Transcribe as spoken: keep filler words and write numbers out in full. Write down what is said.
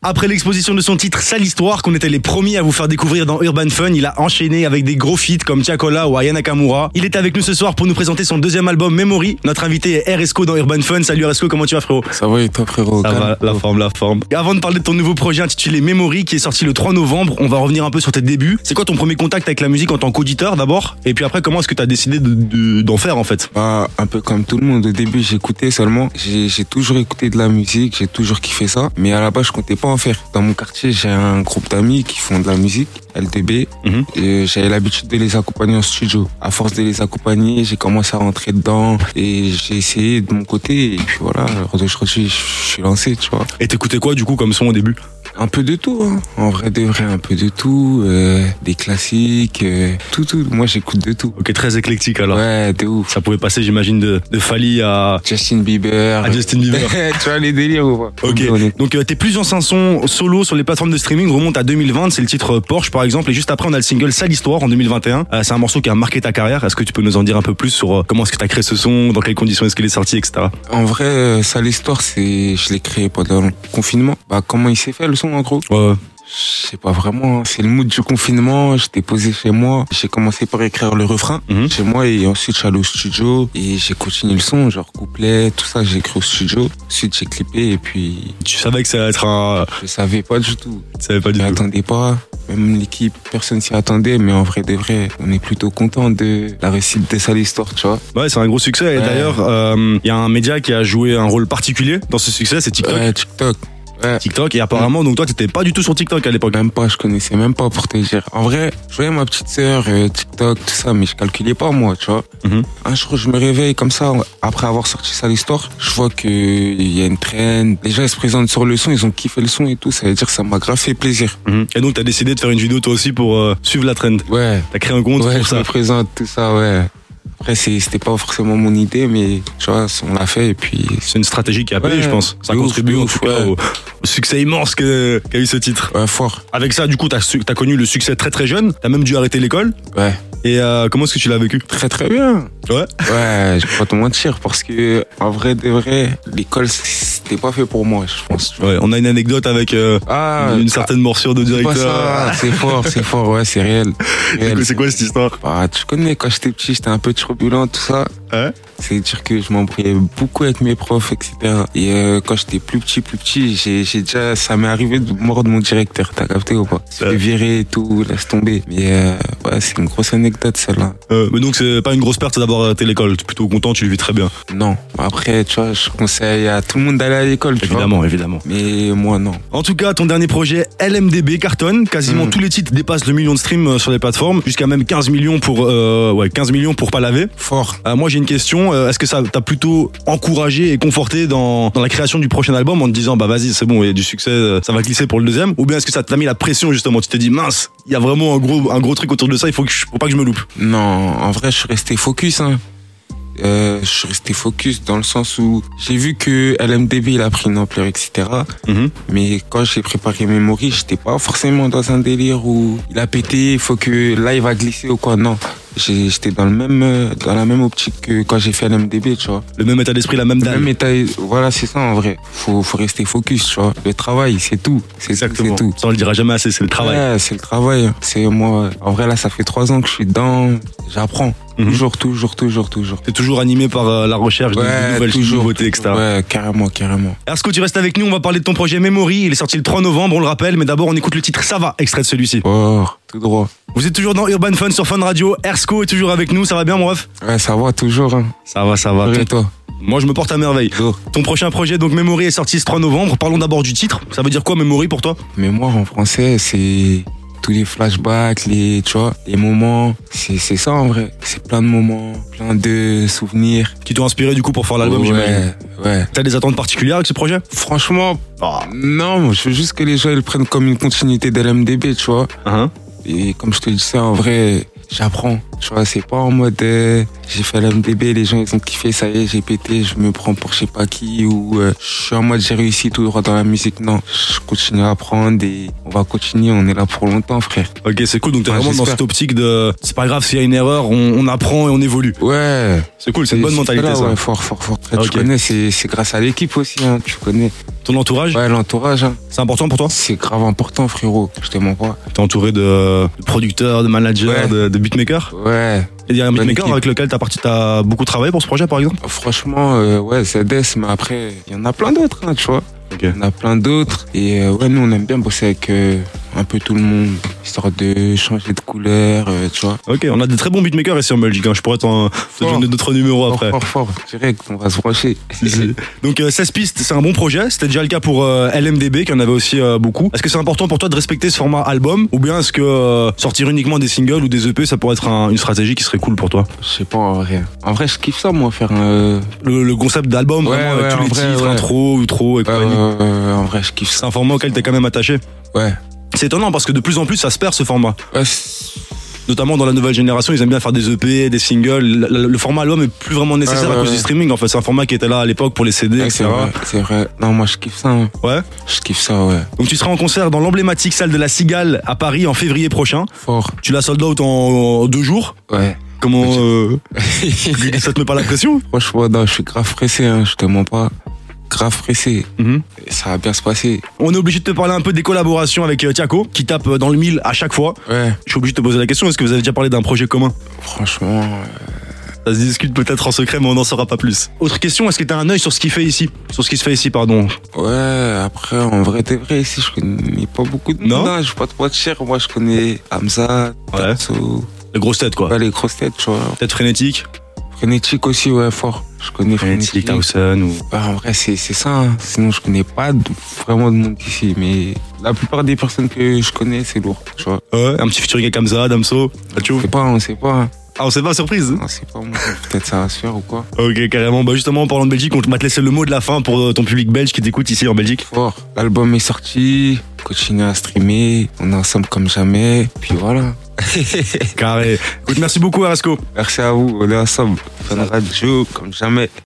Après l'exposition de son titre Sale Histoire, qu'on était les premiers à vous faire découvrir dans Urban Fun, il a enchaîné avec des gros feats comme Tiakola ou Aya Nakamura. Il est avec nous ce soir pour nous présenter son deuxième album Memory. Notre invité est Eresco dans Urban Fun. Salut Eresco, comment tu vas frérot? Ça va et toi frérot? Ça va, la forme, la forme. Et avant de parler de ton nouveau projet intitulé Memory qui est sorti le trois novembre, on va revenir un peu sur tes débuts. C'est quoi ton premier contact avec la musique en tant qu'auditeur d'abord? Et puis après, comment est-ce que tu as décidé de, de, d'en faire en fait? Bah, un peu comme tout le monde, au début j'écoutais seulement. J'ai, j'ai toujours écouté de la musique, j'ai toujours kiffé ça. Mais à la base je comptais pas en faire. Dans mon quartier j'ai un groupe d'amis qui font de la musique, L D B. Mm-hmm. Et j'avais l'habitude de les accompagner en studio. À force de les accompagner, j'ai commencé à rentrer dedans et j'ai essayé de mon côté. Et puis voilà, aujourd'hui je suis lancé, tu vois. Et t'écoutais quoi du coup comme son au début? Un peu de tout, hein. En vrai de vrai, un peu de tout, euh, des classiques, euh, tout, tout. Moi, j'écoute de tout. Ok, très éclectique alors. Ouais, de ouf. Ça pouvait passer, j'imagine, de, de Fally à Justin Bieber. À Justin Bieber. Tu vois les délires ou pas? Ok. Donc euh, tes plus anciens sons solo sur les plateformes de streaming remontent à deux mille vingt. C'est le titre Porsche par exemple, et juste après on a le single Sale Histoire en deux mille vingt et un. Euh, c'est un morceau qui a marqué ta carrière. Est-ce que tu peux nous en dire un peu plus sur euh, comment est-ce que t'as créé ce son, dans quelles conditions est-ce qu'il est sorti, et cetera. En vrai, euh, Sale Histoire, c'est, je l'ai créé pendant le confinement. Bah comment il s'est fait le son en gros? Ouais. Je sais pas vraiment, c'est le mood du confinement, j'étais posé chez moi, j'ai commencé par écrire le refrain mmh. chez moi et ensuite je suis allé au studio et j'ai continué le son, genre couplet, tout ça j'ai écrit au studio, ensuite j'ai clippé et puis... Tu savais que ça allait être un... Je savais pas du tout. Tu savais pas du je tout. Je m'attendais pas, même l'équipe, personne s'y attendait, mais en vrai de vrai, on est plutôt content de la réussite de Sale Histoire, tu vois. Ouais, c'est un gros succès et ouais. D'ailleurs, il euh, y a un média qui a joué un rôle particulier dans ce succès, c'est TikTok. Ouais, TikTok. Ouais. TikTok et apparemment donc toi t'étais pas du tout sur TikTok à l'époque. Même pas, je connaissais même pas pour te dire. En vrai, je voyais ma petite sœur euh, TikTok tout ça, mais je calculais pas moi, tu vois. Mm-hmm. Un jour je me réveille comme ça après avoir sorti Sale Histoire, je vois que il y a une trend. Les gens ils se présentent sur le son, ils ont kiffé le son et tout, ça veut dire que ça m'a grave fait plaisir. Mm-hmm. Et donc t'as décidé de faire une vidéo toi aussi pour euh, suivre la trend. Ouais. T'as créé un compte ouais, pour je ça. me présente tout ça, ouais. Après, c'est, c'était pas forcément mon idée, mais tu vois, on l'a fait et puis... C'est une stratégie qui a payé, ouais, je pense. Ça a contribué en tout cas ouais. au, au succès immense que, qu'a eu ce titre. Ouais, fort. Avec ça, du coup, t'as, t'as connu le succès très très jeune. T'as même dû arrêter l'école. Ouais. Et euh, comment est-ce que tu l'as vécu? Très très bien. Ouais. Ouais, je vais pas te mentir parce que en vrai de vrai, l'école c'était pas fait pour moi, je pense. Ouais, on a une anecdote avec euh, ah, une certaine morsure de directeur. Ça, c'est fort, c'est fort, ouais, c'est réel. réel. C'est, quoi, c'est quoi cette histoire? Bah, tu connais, quand j'étais petit, j'étais un peu turbulent, tout ça. Ouais. C'est-à-dire que je m'embrouillais beaucoup avec mes profs, et cetera. Et euh, quand j'étais plus petit, plus petit, j'ai, j'ai déjà, ça m'est arrivé de mordre mon directeur, t'as capté ou pas? Je ouais. virer et tout, laisse tomber. Mais euh, ouais, c'est une grosse anecdote celle-là. Euh, mais donc c'est pas une grosse perte d'avoir arrêté l'école, tu es plutôt content, tu le vis très bien. Non, après tu vois, je conseille à tout le monde d'aller à l'école, tu évidemment, vois. Évidemment, mais moi non. En tout cas, ton dernier projet L M D B cartonne, quasiment mmh. tous les titres dépassent le million de streams sur les plateformes, jusqu'à même quinze millions pour euh, ouais, quinze millions pour pas laver. Fort. Euh, moi j'ai une question, euh, est-ce que ça t'a plutôt encouragé et conforté dans, dans la création du prochain album en te disant bah vas-y, c'est bon, il y a du succès, ça va glisser pour le deuxième, ou bien est-ce que ça t'a mis la pression justement, tu t'es dit mince, il y a vraiment un gros un gros truc autour de ça, il faut que je, faut pas que je me loupe. Non, en vrai, je suis resté focus, hein. Euh, je suis resté focus dans le sens où j'ai vu que L M D B il a pris une ampleur, et cetera. Mm-hmm. Mais quand j'ai préparé Memory, j'étais pas forcément dans un délire où il a pété, il faut que là il va glisser ou quoi. Non, j'ai, j'étais dans le même, dans la même optique que quand j'ai fait L M D B, tu vois. Le même état d'esprit, la même dalle. Le même état, voilà, c'est ça en vrai. Faut, faut rester focus, tu vois. Le travail, c'est tout. C'est exactement. Tout, c'est tout. Ça on le dira jamais assez, c'est le travail. Ouais, c'est le travail. C'est moi. En vrai là, ça fait trois ans que je suis dedans. J'apprends. Mmh. Toujours, toujours, toujours, toujours. T'es toujours animé par euh, la recherche ouais, de, de nouvelles toujours, nouveautés, et cetera. Ouais, carrément, carrément. Ersco, tu restes avec nous, on va parler de ton projet Memory. Il est sorti le trois novembre, on le rappelle, mais d'abord on écoute le titre Ça va, extrait de celui-ci. Oh, tout droit. Vous êtes toujours dans Urban Fun sur Fun Radio. Ersco est toujours avec nous, ça va bien, mon ref? Ouais, ça va toujours. Hein. Ça va, ça va. Et toi? Moi, je me porte à merveille. Oh. Ton prochain projet, donc Memory, est sorti ce trois novembre. Parlons d'abord du titre. Ça veut dire quoi, Memory, pour toi? Mémoire en français, c'est tous les flashbacks, les, tu vois, les moments. C'est, c'est ça en vrai. C'est plein de moments, plein de souvenirs. Qui t'ont inspiré du coup pour faire l'album, ouais, j'imagine. Ouais. T'as des attentes particulières avec ce projet? Franchement, oh. non. Je veux juste que les gens ils le prennent comme une continuité d'L M D B, tu vois. Uh-huh. Et comme je te le disais, en vrai, j'apprends. Tu vois, c'est pas en mode, euh, j'ai fait l'M D B, les gens ils ont kiffé, ça y est, j'ai pété, je me prends pour je sais pas qui, ou euh, je suis en mode j'ai réussi tout droit dans la musique. Non, je continue à apprendre et on va continuer, on est là pour longtemps, frère. Ok, c'est cool, donc t'es Ouais, vraiment dans j'espère. cette optique de c'est pas grave s'il y a une erreur, on, on apprend et on évolue. Ouais. C'est cool, c'est une bonne mentalité là, ça. Ouais, fort, fort, fort. Après, Ok. Tu connais, c'est, c'est grâce à l'équipe aussi, hein, tu connais. Ton entourage, Ouais, l'entourage, hein. c'est important pour toi? C'est grave important, frérot. Je te mens pas. T'es entouré de, de producteurs, de managers, Ouais. de, de beatmakers? Ouais. Et il y a un Bonne beatmaker équipe. avec lequel t'as parti, t'as beaucoup travaillé pour ce projet par exemple? Franchement, euh, ouais, Z S, mais après, il y en a plein d'autres, hein, tu vois. Ok. Il y en a plein d'autres. Et euh, ouais, nous, on aime bien bosser avec euh, un peu tout le monde, histoire de changer de couleur, euh, tu vois. Ok, on a des très bons beatmakers ici en Belgique, hein. Je pourrais t'en te Fort. donner d'autres numéros après. Fort, fort, fort. Direct, on va se brancher. Si, si. Donc euh, seize pistes, c'est un bon projet. C'était déjà le cas pour euh, L M D B, qui en avait aussi euh, beaucoup. Est-ce que c'est important pour toi de respecter ce format album, ou bien est-ce que euh, sortir uniquement des singles ou des E P, ça pourrait être un- une stratégie qui serait cool pour toi? Je sais pas, en vrai. En vrai, je kiffe ça, moi, faire un... euh, Le, le concept d'album, Ouais, vraiment avec ouais, tous en les vrai, titres, ouais. intro, outro et Ouais, compagnie. ouais, ouais, ouais, en vrai, je kiffe C'est ça. un format auquel t'es quand même attaché. Ouais. C'est étonnant parce que de plus en plus ça se perd ce format. Ouais, c'est- Notamment dans la nouvelle génération, ils aiment bien faire des E P, des singles. Le, le- le format album est plus vraiment nécessaire Ouais, ouais, à cause ouais. du streaming. En fait, c'est un format qui était là à l'époque pour les C D, ouais, c'est et cetera. vrai, c'est vrai. Non, moi, je kiffe ça. hein. Ouais. Je kiffe ça, ouais. Donc tu seras en concert dans l'emblématique salle de la Cigale à Paris en février prochain. Fort. Tu l'as sold out en, en deux jours. Ouais. Comment euh, ça te met pas la pression? Franchement, non, je suis grave pressé, hein, je te mens pas. Grave pressé. Mhm. Et ça va bien se passer. On est obligé de te parler un peu des collaborations avec euh, Tiako, qui tape euh, dans le mille à chaque fois. Ouais. Je suis obligé de te poser la question, est-ce que vous avez déjà parlé d'un projet commun? Franchement, euh, Ça se discute peut-être en secret, mais on n'en saura pas plus. Autre question, est-ce que t'as un œil sur ce qui fait ici? Sur ce qui se fait ici, pardon. ouais, après, en vrai, t'es vrai, ici, je connais pas beaucoup de Non monde. hein, Je vais pas te mentir, moi, je connais Hamza, Ouais. Tatsu, Les grosses têtes, quoi. ouais, les grosses têtes, tu vois. Peut-être frénétique. Frénétique aussi, ouais, fort. Je connais Frénétique, Frénétique. Towson ou. Bah, en vrai, c'est c'est ça. hein. Sinon, je connais pas de- vraiment de monde ici. Mais la plupart des personnes que je connais, c'est lourd. Tu vois. Ouais, un petit featuring avec Hamza, Damso, On Tachou. sait pas, on sait pas. hein. Ah, on sait pas, surprise. On sait pas, moi. Peut-être ça va se faire ou quoi. Ok, carrément. Bah, justement, en parlant de Belgique, on va te laisser le mot de la fin pour euh, ton public belge qui t'écoute ici en Belgique. Fort. L'album est sorti. Continue à streamer. On est ensemble comme jamais. Puis voilà. Carré. Écoute, merci beaucoup, Arasco. Merci à vous. On est ensemble. Fun Radio comme jamais.